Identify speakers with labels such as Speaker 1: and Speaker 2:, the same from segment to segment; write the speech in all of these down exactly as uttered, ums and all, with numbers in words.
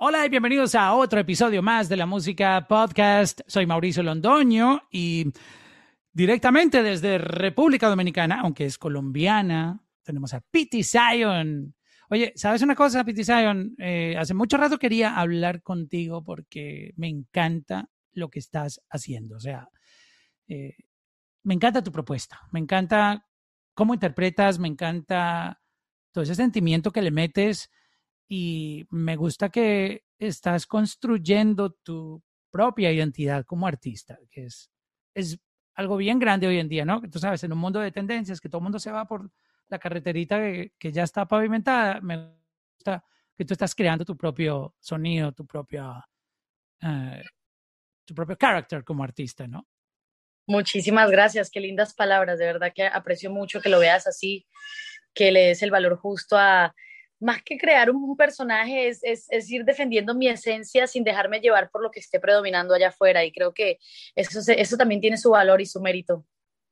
Speaker 1: Hola y bienvenidos a otro episodio más de la Música Podcast. Soy Mauricio Londoño y directamente desde República Dominicana, aunque es colombiana, tenemos a Pity Zion. Oye, ¿sabes una cosa, Pity Zion? Eh, hace mucho rato quería hablar contigo porque me encanta lo que estás haciendo. O sea, eh, me encanta tu propuesta, me encanta cómo interpretas, me encanta todo ese sentimiento que le metes y me gusta que estás construyendo tu propia identidad como artista, que es, es algo bien grande hoy en día, ¿no? Tú sabes, en un mundo de tendencias, que todo el mundo se va por la carreterita que, que ya está pavimentada, me gusta que tú estás creando tu propio sonido, tu propio, uh, tu propio character como artista, ¿no?
Speaker 2: Muchísimas gracias, qué lindas palabras, de verdad que aprecio mucho que lo veas así, que le des el valor justo a, más que crear un, un personaje, es, es, es, ir defendiendo mi esencia sin dejarme llevar por lo que esté predominando allá afuera y creo que eso, eso también tiene su valor y su mérito.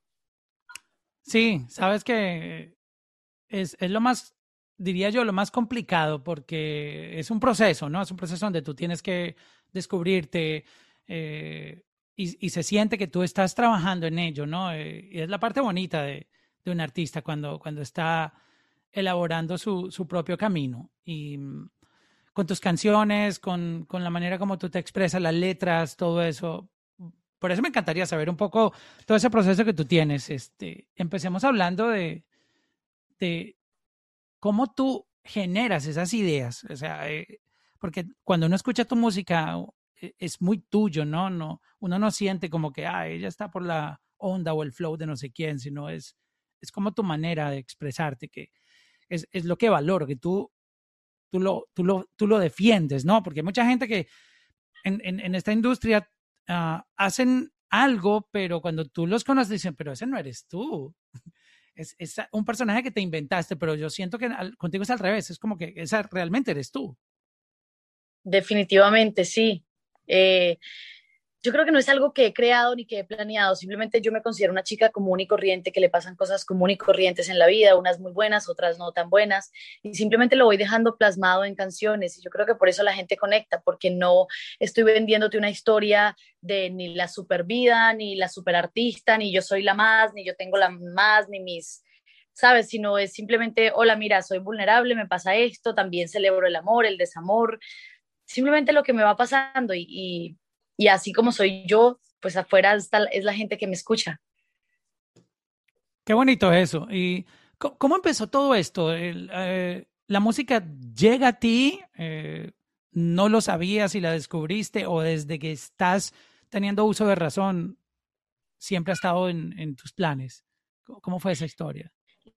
Speaker 1: Sí, sabes que es, es lo más, diría yo, lo más complicado porque es un proceso, ¿no? Es un proceso donde tú tienes que descubrirte eh, y, y, se siente que tú estás trabajando en ello, ¿no? Eh, y es la parte bonita de, de un artista cuando, cuando está elaborando su, su propio camino. Y mm, con tus canciones, con, con la manera como tú te expresas, las letras, todo eso. Por eso me encantaría saber un poco todo ese proceso que tú tienes. Este, empecemos hablando de, de cómo tú generas esas ideas. O sea, eh, porque cuando uno escucha tu música eh, es muy tuyo, ¿no? No, uno no siente como que, ah, ella está por la onda o el flow de no sé quién, sino es, es como tu manera de expresarte, que es, es lo que valoro, que tú, tú, lo, tú, lo, tú lo defiendes, ¿no? Porque hay mucha gente que en, en, en esta industria uh, hacen algo, pero cuando tú los conoces dicen, pero ese no eres tú. Es, es, un personaje que te inventaste, pero yo siento que al, contigo es al revés, es como que esa realmente eres tú.
Speaker 2: Definitivamente, sí. Eh, Yo creo que no es algo que he creado ni que he planeado, simplemente yo me considero una chica común y corriente, que le pasan cosas común y corrientes en la vida, unas muy buenas, otras no tan buenas, y simplemente lo voy dejando plasmado en canciones. Y yo creo que por eso la gente conecta, porque no estoy vendiéndote una historia de ni la super vida, ni la super artista, ni yo soy la más, ni yo tengo la más, ni mis, ¿sabes? Sino es simplemente, hola, mira, soy vulnerable, me pasa esto, también celebro el amor, el desamor, simplemente lo que me va pasando y, y, y así como soy yo, pues afuera está, es la gente que me escucha.
Speaker 1: Qué bonito eso. ¿Y cómo empezó todo esto? El, eh, ¿La música llega a ti? Eh, ¿No lo sabías y la descubriste? ¿O desde que estás teniendo uso de razón siempre ha estado en, en tus planes? ¿Cómo fue esa historia?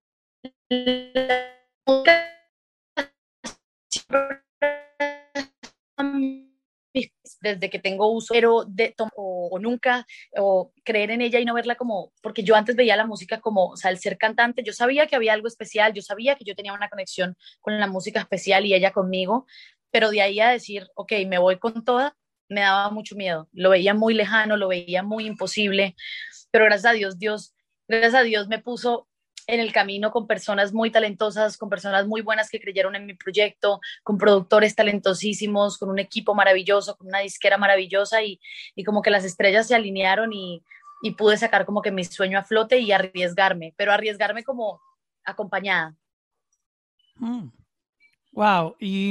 Speaker 2: Desde que tengo uso, pero de, o, o nunca, o creer en ella y no verla como, porque yo antes veía la música como, o sea, el ser cantante, yo sabía que había algo especial, yo sabía que yo tenía una conexión con la música especial y ella conmigo, pero de ahí a decir, ok, me voy con toda, me daba mucho miedo, lo veía muy lejano, lo veía muy imposible, pero gracias a Dios, Dios, gracias a Dios me puso en el camino con personas muy talentosas, con personas muy buenas que creyeron en mi proyecto, con productores talentosísimos, con un equipo maravilloso, con una disquera maravillosa y, y como que las estrellas se alinearon y, y pude sacar como que mi sueño a flote y arriesgarme, pero arriesgarme como acompañada.
Speaker 1: Mm, wow. Y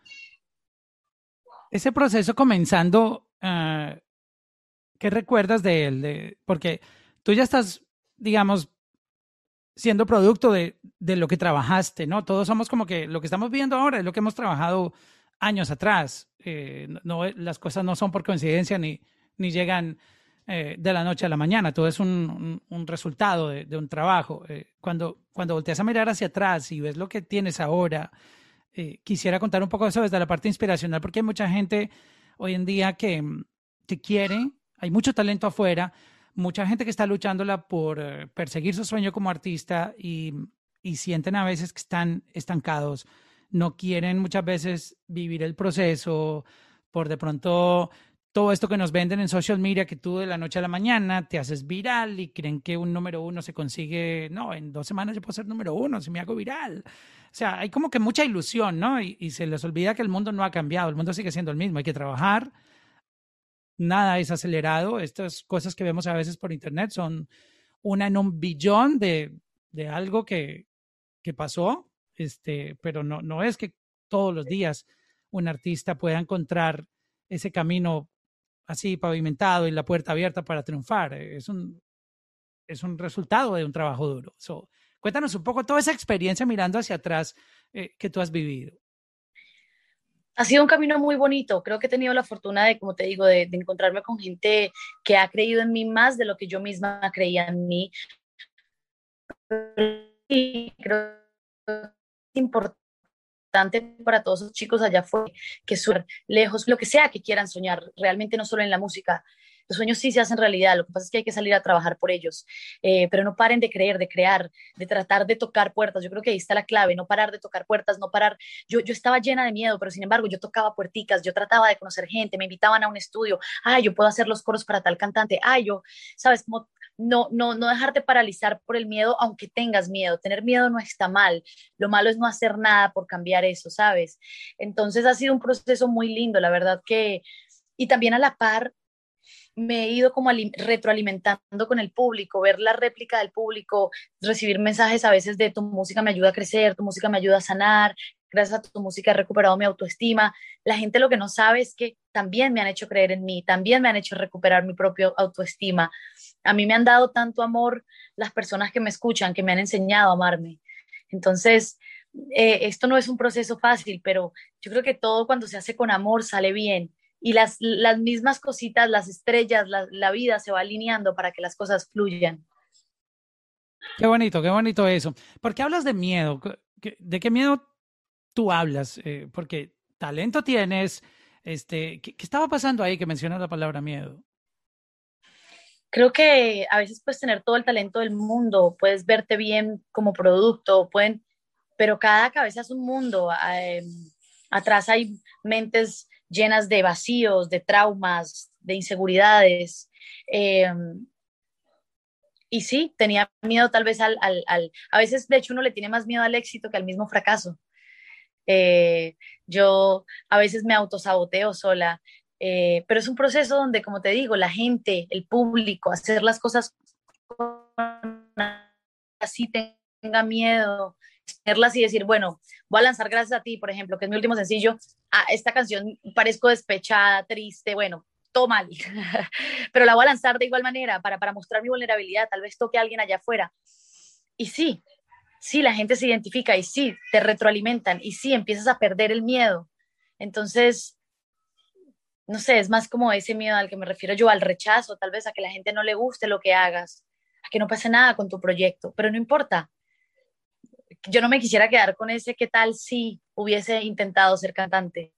Speaker 1: ese proceso comenzando, uh, ¿qué recuerdas de él? De, porque tú ya estás, digamos, siendo producto de, de lo que trabajaste, ¿no? Todos somos como que lo que estamos viendo ahora es lo que hemos trabajado años atrás. Eh, no, las cosas no son por coincidencia ni, ni llegan eh, de la noche a la mañana. Todo es un, un, un resultado de, de, un trabajo. Eh, cuando, cuando volteas a mirar hacia atrás y ves lo que tienes ahora, eh, quisiera contar un poco de eso desde la parte inspiracional, porque hay mucha gente hoy en día que, que quiere, hay mucho talento afuera, mucha gente que está luchándola por eh, perseguir su sueño como artista y, y sienten a veces que están estancados, no quieren muchas veces vivir el proceso por de pronto todo esto que nos venden en social media, que tú de la noche a la mañana te haces viral y creen que un número uno se consigue, no, en dos semanas yo puedo ser número uno si me hago viral. O sea, hay como que mucha ilusión, ¿no? Y, y se les olvida que el mundo no ha cambiado, el mundo sigue siendo el mismo, hay que trabajar, nada es acelerado. Estas cosas que vemos a veces por internet son una en un billón de, de algo que, que pasó, este, pero no, no es que todos los días un artista pueda encontrar ese camino así pavimentado y la puerta abierta para triunfar. Es un, es un resultado de un trabajo duro. So, cuéntanos un poco toda esa experiencia mirando hacia atrás eh, que tú has vivido.
Speaker 2: Ha sido un camino muy bonito. Creo que he tenido la fortuna de, como te digo, de, de encontrarme con gente que ha creído en mí más de lo que yo misma creía en mí. Y creo que es importante para todos esos chicos allá afuera que sueñen lejos, lo que sea que quieran soñar, realmente no solo en la música. Los sueños sí se hacen realidad, lo que pasa es que hay que salir a trabajar por ellos, eh, pero no paren de creer, de crear, de tratar de tocar puertas. Yo creo que ahí está la clave, no parar de tocar puertas, no parar. Yo, yo estaba llena de miedo, pero sin embargo yo tocaba puerticas, yo trataba de conocer gente, me invitaban a un estudio, ay, yo puedo hacer los coros para tal cantante, ay, yo, sabes, como no, no, no dejarte paralizar por el miedo, aunque tengas miedo. Tener miedo no está mal, lo malo es no hacer nada por cambiar eso, ¿sabes? Entonces ha sido un proceso muy lindo, la verdad que, y también a la par me he ido como retroalimentando con el público, ver la réplica del público, recibir mensajes a veces de tu música me ayuda a crecer, tu música me ayuda a sanar, gracias a tu música he recuperado mi autoestima. La gente lo que no sabe es que también me han hecho creer en mí, también me han hecho recuperar mi propia autoestima. A mí me han dado tanto amor las personas que me escuchan, que me han enseñado a amarme. Entonces, eh, esto no es un proceso fácil, pero yo creo que todo cuando se hace con amor sale bien y las, las mismas cositas, las estrellas, la, la vida se va alineando para que las cosas fluyan.
Speaker 1: Qué bonito, qué bonito eso. ¿Por qué hablas de miedo? ¿De qué miedo tú hablas? Eh, porque talento tienes. Este, ¿qué, ¿Qué estaba pasando ahí que mencionas la palabra miedo?
Speaker 2: Creo que a veces puedes tener todo el talento del mundo, puedes verte bien como producto, pueden, pero cada cabeza es un mundo. Eh, atrás hay mentes llenas de vacíos, de traumas, de inseguridades. Eh, y sí, tenía miedo tal vez al, al, al, a veces de hecho uno le tiene más miedo al éxito que al mismo fracaso. Eh, yo a veces me autosaboteo sola, eh, pero es un proceso donde, como te digo, la gente, el público, hacer las cosas así tenga miedo, hacerlas y decir, bueno, voy a lanzar gracias a ti, por ejemplo, que es mi último sencillo, a esta canción parezco despechada, triste, bueno, todo mal, pero la voy a lanzar de igual manera para, para mostrar mi vulnerabilidad, tal vez toque a alguien allá afuera. Y sí, sí, la gente se identifica y sí, te retroalimentan y sí, empiezas a perder el miedo. Entonces, no sé, es más como ese miedo al que me refiero yo, al rechazo, tal vez a que la gente no le guste lo que hagas, a que no pase nada con tu proyecto, pero no importa. Yo no me quisiera quedar con ese qué tal si hubiese intentado ser cantante.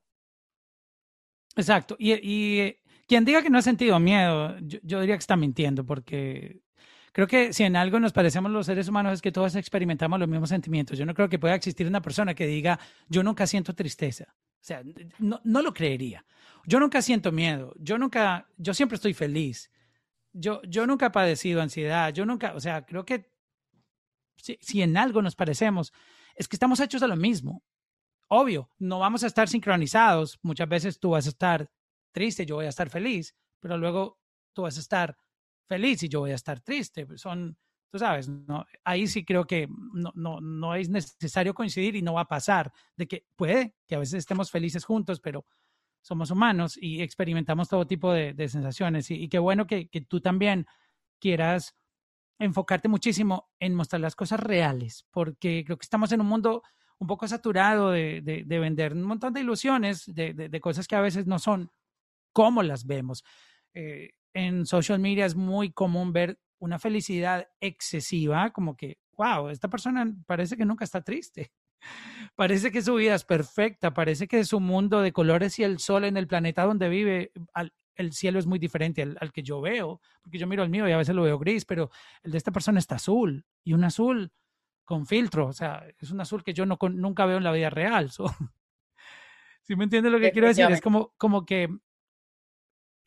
Speaker 1: Exacto. Y, y quien diga que no ha sentido miedo, yo, yo diría que está mintiendo, porque creo que si en algo nos parecemos los seres humanos es que todos experimentamos los mismos sentimientos. Yo no creo que pueda existir una persona que diga, yo nunca siento tristeza. O sea, no, no lo creería. Yo nunca siento miedo. Yo nunca, yo siempre estoy feliz. Yo, yo nunca he padecido ansiedad. Yo nunca, o sea, creo que si, si en algo nos parecemos, es que estamos hechos de lo mismo. Obvio, no vamos a estar sincronizados. Muchas veces tú vas a estar triste, yo voy a estar feliz, pero luego tú vas a estar feliz y yo voy a estar triste. Son, tú sabes, no, ahí sí creo que no, no, no es necesario coincidir y no va a pasar. De que puede que a veces estemos felices juntos, pero somos humanos y experimentamos todo tipo de, de sensaciones. Y, y qué bueno que, que tú también quieras enfocarte muchísimo en mostrar las cosas reales, porque creo que estamos en un mundo un poco saturado de, de, de vender un montón de ilusiones, de, de, de, cosas que a veces no son como las vemos. Eh, en social media es muy común ver una felicidad excesiva, como que, wow, esta persona parece que nunca está triste. Parece que su vida es perfecta, parece que su mundo de colores y el sol en el planeta donde vive, al, el cielo es muy diferente al, al, que yo veo, porque yo miro el mío y a veces lo veo gris, pero el de esta persona está azul, y un azul con filtro, o sea, es un azul que yo no, nunca veo en la vida real. So, ¿sí me entiendes lo que quiero decir? Es como, como que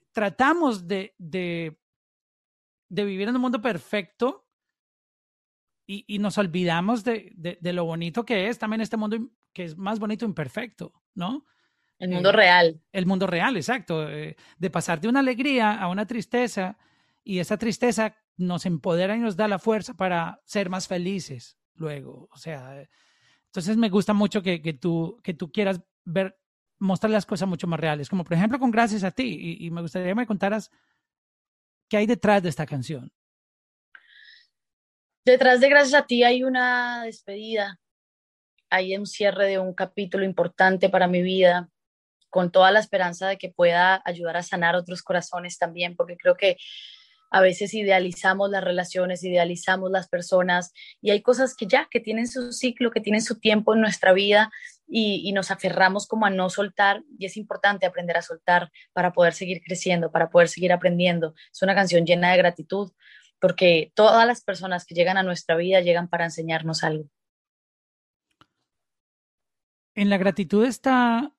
Speaker 1: tratamos de, de, de vivir en un mundo perfecto y, y nos olvidamos de, de, de lo bonito que es también este mundo que es más bonito imperfecto, ¿no?
Speaker 2: El mundo
Speaker 1: Eh,
Speaker 2: real.
Speaker 1: el mundo real, exacto. Eh, de pasar de una alegría a una tristeza y esa tristeza nos empodera y nos da la fuerza para ser más felices luego. O sea, eh, entonces me gusta mucho que, que, tú, que tú quieras ver, mostrar las cosas mucho más reales, como por ejemplo con Gracias a ti. Y, y me gustaría que me contaras qué hay detrás de esta canción.
Speaker 2: Detrás de Gracias a ti hay una despedida, hay un cierre de un capítulo importante para mi vida, con toda la esperanza de que pueda ayudar a sanar otros corazones también, porque creo que a veces idealizamos las relaciones, idealizamos las personas y hay cosas que ya, que tienen su ciclo, que tienen su tiempo en nuestra vida y, y nos aferramos como a no soltar y es importante aprender a soltar para poder seguir creciendo, para poder seguir aprendiendo. Es una canción llena de gratitud porque todas las personas que llegan a nuestra vida llegan para enseñarnos algo.
Speaker 1: En la gratitud está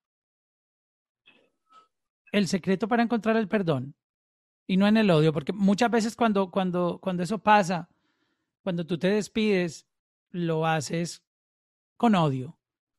Speaker 1: el secreto para encontrar el perdón y no en el odio, porque muchas veces cuando, cuando, cuando eso pasa, cuando tú te despides, lo haces con odio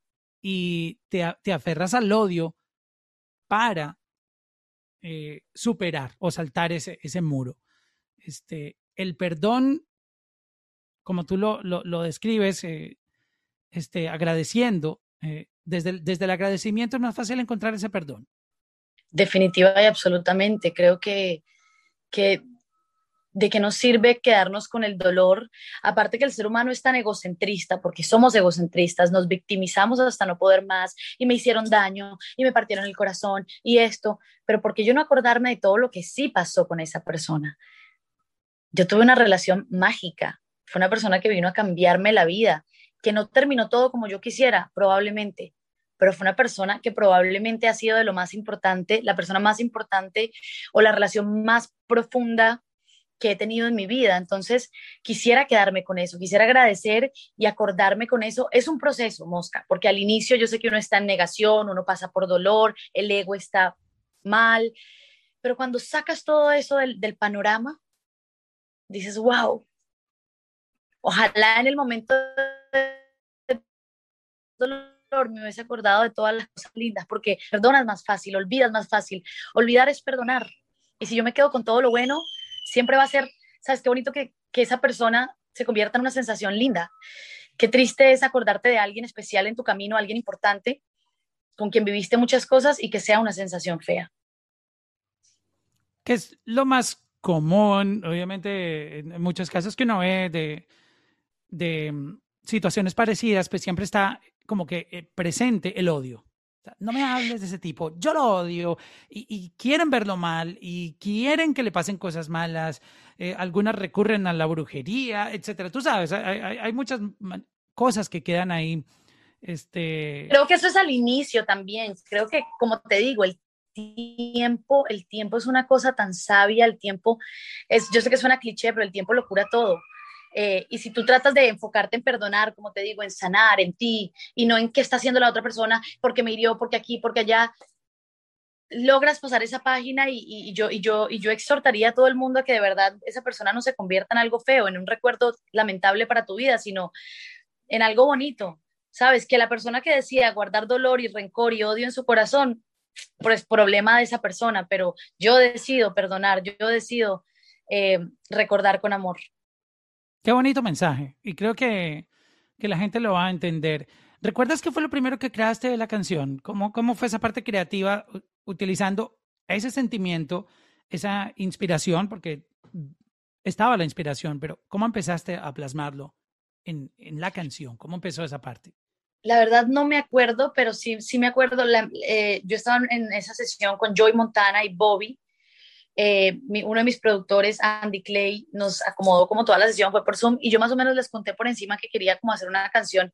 Speaker 1: y te, te aferras al odio para eh, superar o saltar ese, ese muro. Este, el perdón, como tú lo, lo, lo describes, eh, este, agradeciendo, eh, desde, el, desde el agradecimiento es más fácil encontrar ese perdón.
Speaker 2: Definitiva y absolutamente. Creo que, que de qué nos sirve quedarnos con el dolor. Aparte que el ser humano es tan egocentrista, porque somos egocentristas, nos victimizamos hasta no poder más y me hicieron daño y me partieron el corazón y esto, pero porque yo no acordarme de todo lo que sí pasó con esa persona. Yo tuve una relación mágica, fue una persona que vino a cambiarme la vida, que no terminó todo como yo quisiera, probablemente, pero fue una persona que probablemente ha sido de lo más importante, la persona más importante o la relación más profunda que he tenido en mi vida. Entonces, quisiera quedarme con eso, quisiera agradecer y acordarme con eso. Es un proceso, Mosca, porque al inicio yo sé que uno está en negación, uno pasa por dolor, el ego está mal, pero cuando sacas todo eso del, del panorama, dices, wow, ojalá en el momento de dolor me hubiese acordado de todas las cosas lindas, porque perdonas más fácil, olvidas más fácil. Olvidar es perdonar. Y si yo me quedo con todo lo bueno, siempre va a ser, ¿sabes qué bonito que, que esa persona se convierta en una sensación linda? Qué triste es acordarte de alguien especial en tu camino, alguien importante, con quien viviste muchas cosas y que sea una sensación fea.
Speaker 1: Que es lo más común, obviamente, en muchos casos que uno ve de, de mm, situaciones parecidas, pues siempre está como que eh, presente el odio. O sea, no me hables de ese tipo, yo lo odio y, y quieren verlo mal y quieren que le pasen cosas malas. Eh, algunas recurren a la brujería, etcétera. Tú sabes, hay, hay, hay muchas cosas que quedan ahí. Este,
Speaker 2: Creo que eso es al inicio también. Creo que, como te digo, el tiempo, el tiempo es una cosa tan sabia, el tiempo es, yo sé que suena cliché, pero el tiempo lo cura todo. Eh, y si tú tratas de enfocarte en perdonar, como te digo, en sanar, en ti, y no en qué está haciendo la otra persona, porque me hirió, porque aquí, porque allá, logras pasar esa página y, y, y yo, y, yo, y yo exhortaría a todo el mundo a que de verdad esa persona no se convierta en algo feo, en un recuerdo lamentable para tu vida, sino en algo bonito. ¿Sabes? Que la persona que decía guardar dolor y rencor y odio en su corazón, pues problema de esa persona, pero yo decido perdonar, yo decido eh, recordar con amor.
Speaker 1: qué bonito mensaje y creo que, que la gente lo va a entender. ¿Recuerdas qué fue lo primero que creaste de la canción? ¿Cómo, cómo fue esa parte creativa u- utilizando ese sentimiento, esa inspiración? Porque estaba la inspiración, pero ¿cómo empezaste a plasmarlo en, en la canción? ¿Cómo empezó esa parte?
Speaker 2: La verdad no me acuerdo, pero sí, sí me acuerdo, la, eh, yo estaba en esa sesión con Joy Montana y Bobby, eh, mi, uno de mis productores, Andy Clay, nos acomodó como toda la sesión, fue por Zoom, y yo más o menos les conté por encima que quería como hacer una canción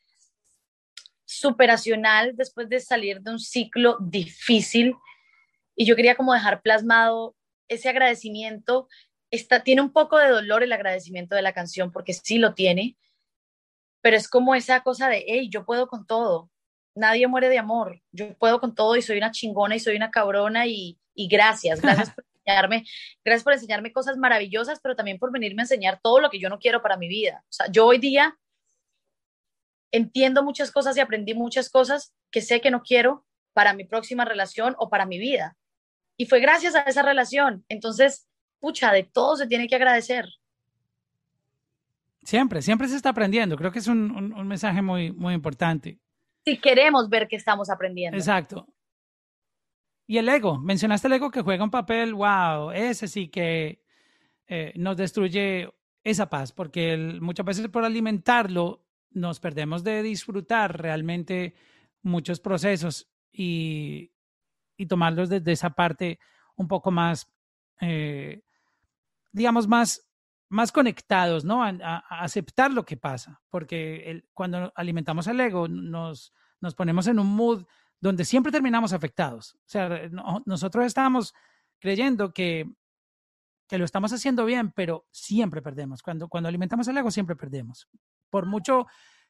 Speaker 2: superacional después de salir de un ciclo difícil, y yo quería como dejar plasmado ese agradecimiento. Está, tiene un poco de dolor el agradecimiento de la canción, porque sí lo tiene, pero es como esa cosa de, hey, yo puedo con todo, nadie muere de amor, yo puedo con todo y soy una chingona y soy una cabrona y, Y gracias, gracias por enseñarme, gracias por enseñarme cosas maravillosas, pero también por venirme a enseñar todo lo que yo no quiero para mi vida. O sea, yo hoy día entiendo muchas cosas y aprendí muchas cosas que sé que no quiero para mi próxima relación o para mi vida. Y fue gracias a esa relación. Entonces, pucha, de todo se tiene que agradecer.
Speaker 1: Siempre, siempre se está aprendiendo. Creo que es un, un, un mensaje muy, muy importante.
Speaker 2: Si queremos ver que estamos aprendiendo.
Speaker 1: Exacto. Y el ego, mencionaste el ego que juega un papel, wow, ese sí que eh, nos destruye esa paz, porque el, muchas veces por alimentarlo nos perdemos de disfrutar realmente muchos procesos y, y tomarlos desde esa parte un poco más, eh, digamos, más, más conectados, ¿no? A, a, a, aceptar lo que pasa, porque el, cuando alimentamos el ego nos, nos ponemos en un mood donde siempre terminamos afectados. O sea, no, nosotros estamos creyendo que, que lo estamos haciendo bien, pero siempre perdemos. Cuando, cuando alimentamos el ego, siempre perdemos. Por mucho,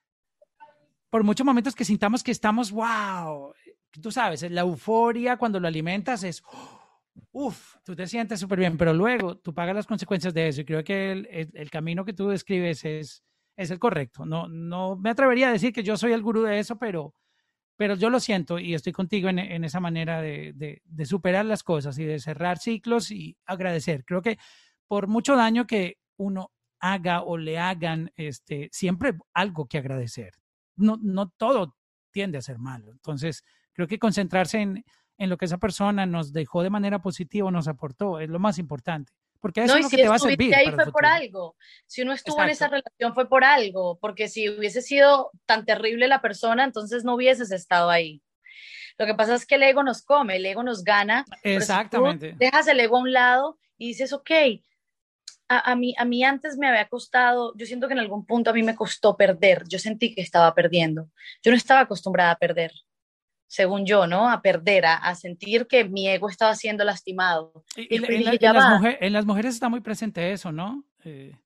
Speaker 1: por muchos momentos que sintamos que estamos, wow, tú sabes, la euforia cuando lo alimentas es, uff, tú te sientes súper bien, pero luego tú pagas las consecuencias de eso y creo que el, el, el camino que tú describes es, es el correcto. No, no me atrevería a decir que yo soy el gurú de eso, pero, pero yo lo siento y estoy contigo en, en esa manera de, de, de superar las cosas y de cerrar ciclos y agradecer. Creo que por mucho daño que uno haga o le hagan, este, siempre algo que agradecer. No, no todo tiende a ser malo. Entonces, creo que concentrarse en, en lo que esa persona nos dejó de manera positiva, nos aportó, es lo más importante. Porque eso
Speaker 2: no,
Speaker 1: es lo
Speaker 2: si
Speaker 1: que te va a servir
Speaker 2: ahí
Speaker 1: para
Speaker 2: fue
Speaker 1: el
Speaker 2: por
Speaker 1: futuro.
Speaker 2: algo. Si uno estuvo
Speaker 1: Exacto.
Speaker 2: en esa relación fue por algo, porque si hubiese sido tan terrible la persona, entonces no hubieses estado ahí. Lo que pasa es que el ego nos come, el ego nos gana.
Speaker 1: Exactamente.
Speaker 2: Pero si tú dejas el ego a un lado y dices, ok, a, a, mí, a mí antes me había costado, yo siento que en algún punto a mí me costó perder, yo sentí que estaba perdiendo. Yo no estaba acostumbrada a perder, según yo, ¿no? A perder, a, a sentir que mi ego estaba siendo lastimado.
Speaker 1: Y,
Speaker 2: Y,
Speaker 1: y,
Speaker 2: y
Speaker 1: en,
Speaker 2: dije,
Speaker 1: la,
Speaker 2: ya
Speaker 1: en, las
Speaker 2: va.
Speaker 1: mujer, en las mujeres está muy presente eso, ¿no? Eh,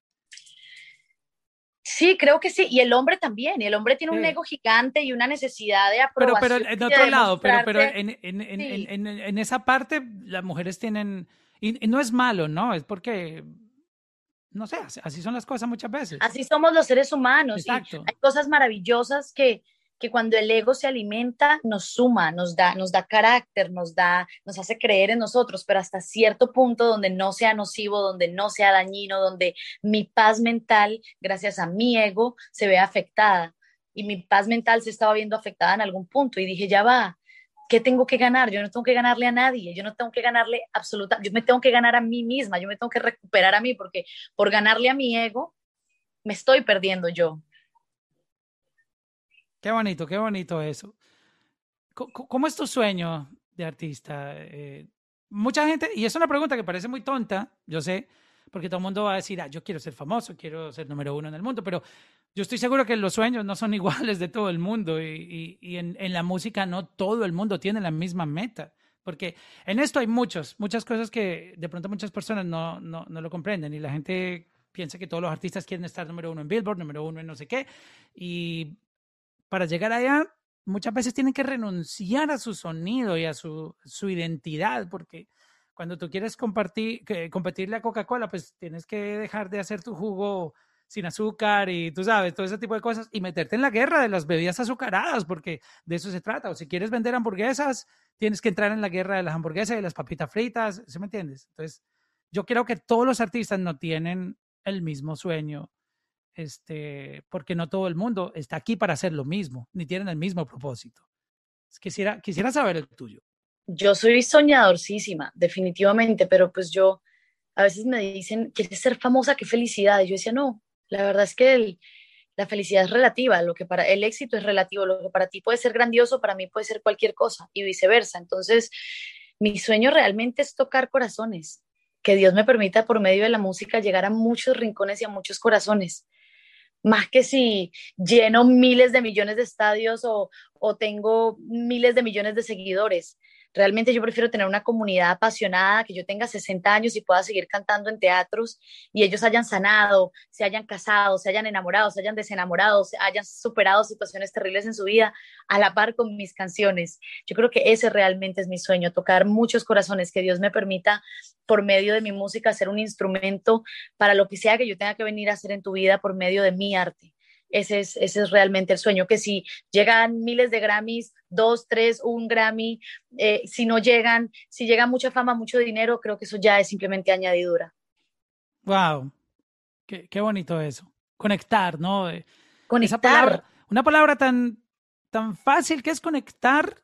Speaker 2: Sí, creo que sí. Y el hombre también. Y el hombre tiene un
Speaker 1: sí.
Speaker 2: ego gigante y una necesidad de
Speaker 1: Pero, pero
Speaker 2: aprobación
Speaker 1: en
Speaker 2: y
Speaker 1: otro
Speaker 2: de
Speaker 1: lado, pero, pero
Speaker 2: demostrarse.
Speaker 1: en, en, en,
Speaker 2: Sí.
Speaker 1: en, en, en esa parte las mujeres tienen, y, y no es malo, ¿no? Es porque, no sé, así, así son las cosas muchas veces.
Speaker 2: Así somos los seres humanos y
Speaker 1: Exacto.
Speaker 2: hay cosas maravillosas que, que cuando el ego se alimenta nos suma, nos da, nos da carácter, nos da, nos hace creer en nosotros, pero hasta cierto punto donde no sea nocivo, donde no sea dañino, donde mi paz mental, gracias a mi ego, se vea afectada. Y mi paz mental se estaba viendo afectada en algún punto y dije, ya va, ¿qué tengo que ganar? Yo no tengo que ganarle a nadie, yo no tengo que ganarle absoluta, yo me tengo que ganar a mí misma, yo me tengo que recuperar a mí porque por ganarle a mi ego me estoy perdiendo yo.
Speaker 1: Qué bonito, qué bonito eso. ¿Cómo es tu sueño de artista? Eh, mucha gente, y es una pregunta que parece muy tonta, yo sé, porque todo el mundo va a decir, ah, yo quiero ser famoso, quiero ser número uno en el mundo, pero yo estoy seguro que los sueños no son iguales de todo el mundo y, y, y en, en la música no todo el mundo tiene la misma meta, porque en esto hay muchos, muchas cosas que de pronto muchas personas no, no, no lo comprenden y la gente piensa que todos los artistas quieren estar número uno en Billboard, número uno en no sé qué, y para llegar allá muchas veces tienen que renunciar a su sonido y a su, su identidad, porque cuando tú quieres compartir, que, competirle a Coca-Cola, pues tienes que dejar de hacer tu jugo sin azúcar y tú sabes, todo ese tipo de cosas y meterte en la guerra de las bebidas azucaradas, porque de eso se trata. O si quieres vender hamburguesas, tienes que entrar en la guerra de las hamburguesas y de las papitas fritas, ¿sí me entiendes? Entonces, yo creo que todos los artistas no tienen el mismo sueño, este, porque no todo el mundo está aquí para hacer lo mismo, ni tienen el mismo propósito. Quisiera, quisiera saber el tuyo.
Speaker 2: Yo soy soñadorcísima, definitivamente, pero pues yo, a veces me dicen, ¿quieres ser famosa? ¡Qué felicidad! Y yo decía, no, la verdad es que el, la felicidad es relativa, lo que para el éxito es relativo, lo que para ti puede ser grandioso, para mí puede ser cualquier cosa y viceversa. Entonces, mi sueño realmente es tocar corazones, que Dios me permita por medio de la música llegar a muchos rincones y a muchos corazones. Más que si lleno miles de millones de estadios o, o tengo miles de millones de seguidores. Realmente yo prefiero tener una comunidad apasionada, que yo tenga sesenta años y pueda seguir cantando en teatros y ellos hayan sanado, se hayan casado, se hayan enamorado, se hayan desenamorado, se hayan superado situaciones terribles en su vida a la par con mis canciones. Yo creo que ese realmente es mi sueño, tocar muchos corazones, que Dios me permita por medio de mi música ser un instrumento para lo que sea que yo tenga que venir a hacer en tu vida por medio de mi arte. Ese es, ese es realmente el sueño, que si llegan miles de Grammys, dos, tres, un Grammy, eh, si no llegan, si llega mucha fama, mucho dinero, creo que eso ya es simplemente añadidura.
Speaker 1: Wow, qué, qué bonito eso. Conectar, ¿no? Eh, Esa
Speaker 2: Conectar.
Speaker 1: palabra, una palabra tan, tan fácil que es conectar.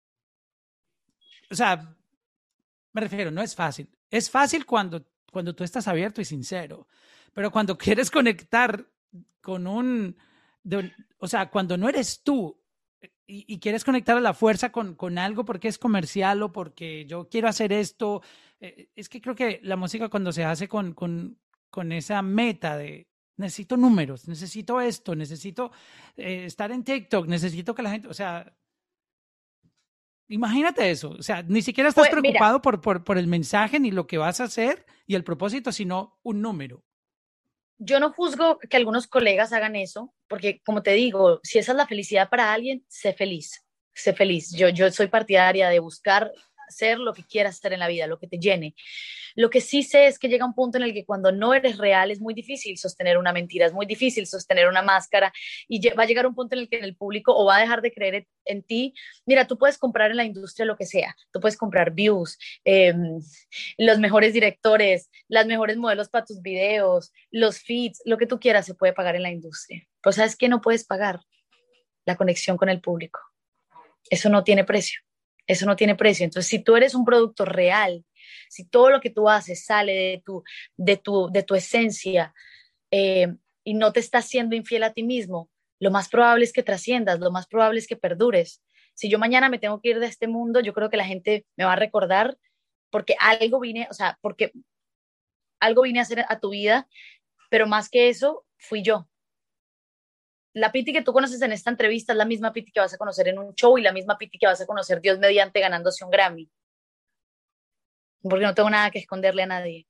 Speaker 1: O sea, me refiero, no es fácil. Es fácil cuando, cuando tú estás abierto y sincero, pero cuando quieres conectar con un, de un- o sea, cuando no eres tú y, y quieres conectar a la fuerza con, con algo porque es comercial o porque yo quiero hacer esto, eh, es que creo que la música cuando se hace con, con, con esa meta de necesito números, necesito esto, necesito eh, estar en TikTok, necesito que la gente, o sea, imagínate eso, o sea, ni siquiera estás
Speaker 2: Pues mira,
Speaker 1: preocupado por, por, por el mensaje ni lo que vas a hacer y el propósito, sino un número.
Speaker 2: yo no juzgo que algunos colegas hagan eso, porque como te digo, si esa es la felicidad para alguien, sé feliz, sé feliz. Yo, yo soy partidaria de buscar hacer lo que quieras hacer en la vida, lo que te llene. Lo que sí sé es que llega un punto en el que cuando no eres real es muy difícil sostener una mentira, es muy difícil sostener una máscara y va a llegar un punto en el que el público o va a dejar de creer en, en ti. Mira, tú puedes comprar en la industria lo que sea, tú puedes comprar views, eh, los mejores directores, las mejores modelos para tus videos, los feeds, lo que tú quieras se puede pagar en la industria. Pues sabes que no puedes pagar la conexión con el público. Eso no tiene precio. Eso no tiene precio. Entonces, si tú eres un producto real, si todo lo que tú haces sale de tu, de tu, de tu esencia eh, y no te estás siendo infiel a ti mismo, lo más probable es que trasciendas, lo más probable es que perdures. Si yo mañana me tengo que ir de este mundo, yo creo que la gente me va a recordar porque algo vine, o sea, porque algo vine a hacer a tu vida, pero más que eso, fui yo. La Piti que tú conoces en esta entrevista es la misma Piti que vas a conocer en un show y la misma Piti que vas a conocer Dios mediante ganándose un Grammy, porque no tengo nada que esconderle a nadie.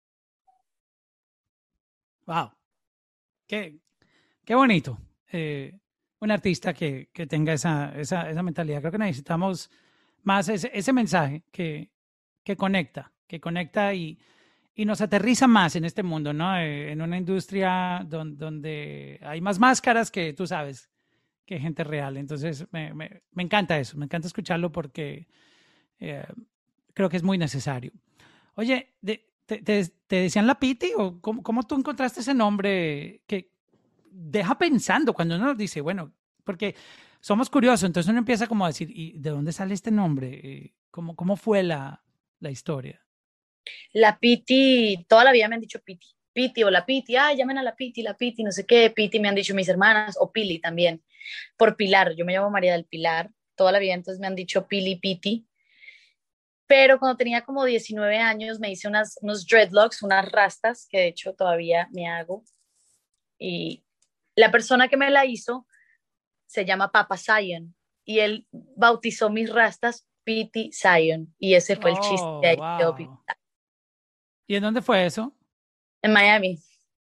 Speaker 1: Wow, qué, qué bonito. Eh, un artista que, que tenga esa, esa, esa mentalidad. Creo que necesitamos más ese, ese mensaje que, que conecta, que conecta y, y nos aterriza más en este mundo, ¿no? Eh, en una industria don, donde hay más máscaras que tú sabes, que gente real. Entonces, me, me, me encanta eso, me encanta escucharlo porque eh, creo que es muy necesario. Oye, de, te, te, ¿te decían la Piti o cómo, cómo tú encontraste ese nombre que deja pensando cuando uno dice, bueno, porque somos curiosos, entonces uno empieza como a decir, ¿y de dónde sale este nombre? Eh, ¿Cómo, cómo fue la, la historia?
Speaker 2: La Piti, toda la vida me han dicho Piti, Piti o la Piti, ay, llamen a la Piti, la Piti, no sé qué, Piti me han dicho mis hermanas, o Pili también, por Pilar, yo me llamo María del Pilar, toda la vida entonces me han dicho Pili, Piti, pero cuando tenía como diecinueve años me hice unas, unos dreadlocks, unas rastas, que de hecho todavía me hago, y la persona que me la hizo se llama Papa Zion, y él bautizó mis rastas Piti Zion, y ese fue el chiste de
Speaker 1: Oh,
Speaker 2: ahí, quedó Piti.
Speaker 1: wow. ¿Y en dónde fue eso?
Speaker 2: En Miami.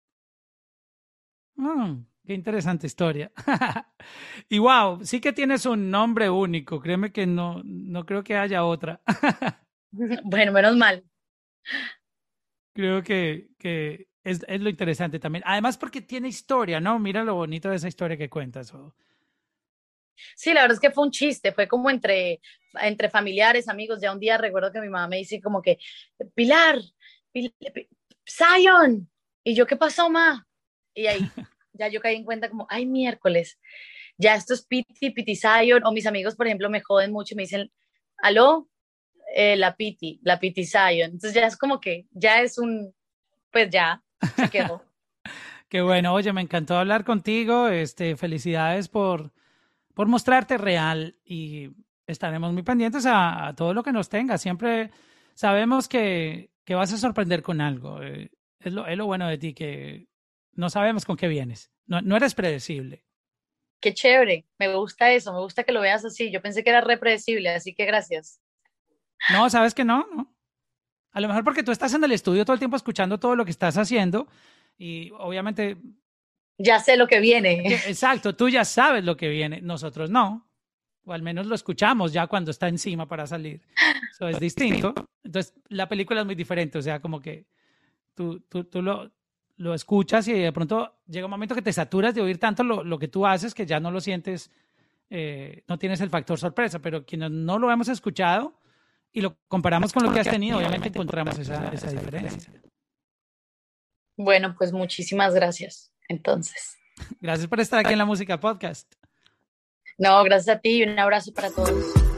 Speaker 1: Mm, qué interesante historia. Y wow, sí que tienes un nombre único. Créeme que no, no creo que haya otra.
Speaker 2: Bueno, menos mal.
Speaker 1: Creo que, que es, es lo interesante también. Además, porque tiene historia, ¿no? Mira lo bonito de esa historia que cuentas. Oh.
Speaker 2: Sí, la verdad es que fue un chiste, fue como entre, entre familiares, amigos. Ya un día recuerdo que mi mamá me dice como que, Pilar, Pil- Pi- Zion. Y yo, ¿qué pasó, ma? Y ahí ya yo caí en cuenta como, ay, miércoles, ya esto es Piti, Piti Zion. O mis amigos, por ejemplo, me joden mucho y me dicen, aló, eh, la Piti, la Piti Zion. Entonces ya es como que, ya es un, pues ya, se quedó.
Speaker 1: Qué bueno. Oye, me encantó hablar contigo. Este, felicidades por, por mostrarte real y estaremos muy pendientes a, a todo lo que nos tenga. Siempre sabemos que, que vas a sorprender con algo. Eh, es lo, es lo bueno de ti, que no sabemos con qué vienes. No, no eres predecible.
Speaker 2: Qué chévere, me gusta eso, me gusta que lo veas así. Yo pensé que era re predecible, así que gracias.
Speaker 1: No, sabes que no, no. A lo mejor porque tú estás en el estudio todo el tiempo escuchando todo lo que estás haciendo y obviamente...
Speaker 2: Ya sé lo que viene.
Speaker 1: Que, exacto, tú ya sabes lo que viene, nosotros no. O al menos lo escuchamos ya cuando está encima para salir. Eso es distinto. Entonces, la película es muy diferente, o sea, como que tú, tú, tú lo, lo escuchas y de pronto llega un momento que te saturas de oír tanto lo, lo que tú haces que ya no lo sientes, eh, no tienes el factor sorpresa, pero quienes no lo hemos escuchado y lo comparamos con lo que has tenido, obviamente encontramos esa, esa diferencia.
Speaker 2: Bueno, pues muchísimas gracias. Entonces.
Speaker 1: Gracias por estar aquí en la Música Podcast.
Speaker 2: No, gracias a ti y un abrazo para todos.